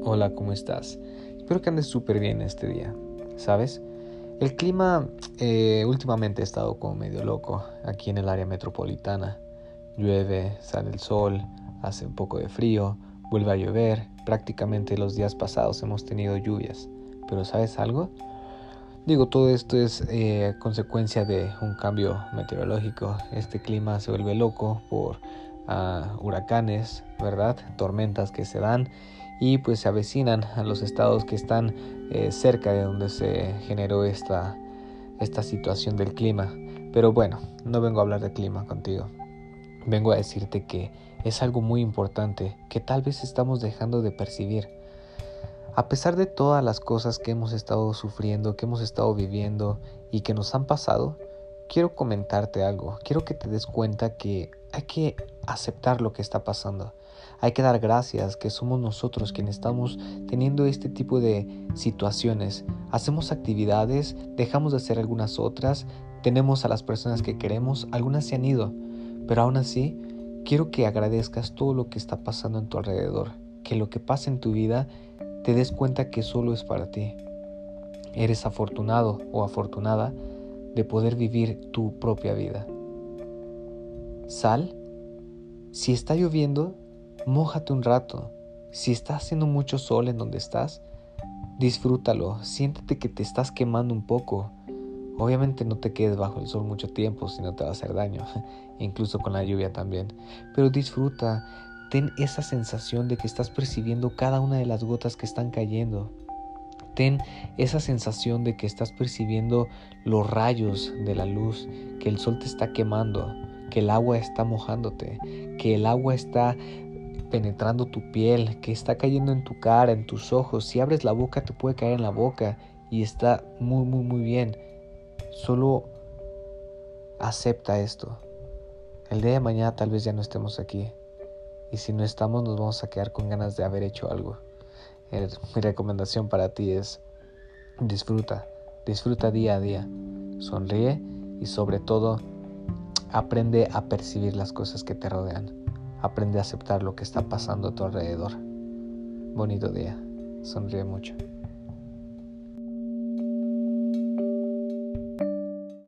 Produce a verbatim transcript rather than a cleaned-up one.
Hola, ¿cómo estás? Espero que andes súper bien este día. ¿Sabes? El clima eh, últimamente ha estado como medio loco aquí en el área metropolitana. Llueve, sale el sol, hace un poco de frío, vuelve a llover. Prácticamente los días pasados hemos tenido lluvias. Pero ¿sabes algo? Digo, todo esto es eh, consecuencia de un cambio meteorológico. Este clima se vuelve loco por uh, huracanes, ¿verdad? Tormentas que se dan y pues se avecinan a los estados que están eh, cerca de donde se generó esta, esta situación del clima. Pero bueno, no vengo a hablar de clima contigo. Vengo a decirte que es algo muy importante que tal vez estamos dejando de percibir. A pesar de todas las cosas que hemos estado sufriendo, que hemos estado viviendo y que nos han pasado, quiero comentarte algo. Quiero que te des cuenta que hay que aceptar lo que está pasando. Hay que dar gracias que somos nosotros quienes estamos teniendo este tipo de situaciones. Hacemos actividades, dejamos de hacer algunas otras, tenemos a las personas que queremos, algunas se han ido, pero aún así quiero que agradezcas todo lo que está pasando en tu alrededor, que lo que pasa en tu vida te des cuenta que solo es para ti. Eres afortunado o afortunada de poder vivir tu propia vida. Sal. Si está lloviendo, mójate un rato. Si está haciendo mucho sol en donde estás, disfrútalo. Siéntete que te estás quemando un poco. Obviamente no te quedes bajo el sol mucho tiempo, si no te va a hacer daño, incluso con la lluvia también. Pero disfruta, ten esa sensación de que estás percibiendo cada una de las gotas que están cayendo. Ten esa sensación de que estás percibiendo los rayos de la luz, que el sol te está quemando, que el agua está mojándote, que el agua está penetrando tu piel, que está cayendo en tu cara, en tus ojos. Si abres la boca te puede caer en la boca y está muy muy muy bien. Solo acepta esto. El día de mañana tal vez ya no estemos aquí. Y si no estamos nos vamos a quedar con ganas de haber hecho algo. Eh, mi recomendación para ti es disfruta. Disfruta día a día. Sonríe y sobre todo aprende a percibir las cosas que te rodean. Aprende a aceptar lo que está pasando a tu alrededor. Bonito día. Sonríe mucho.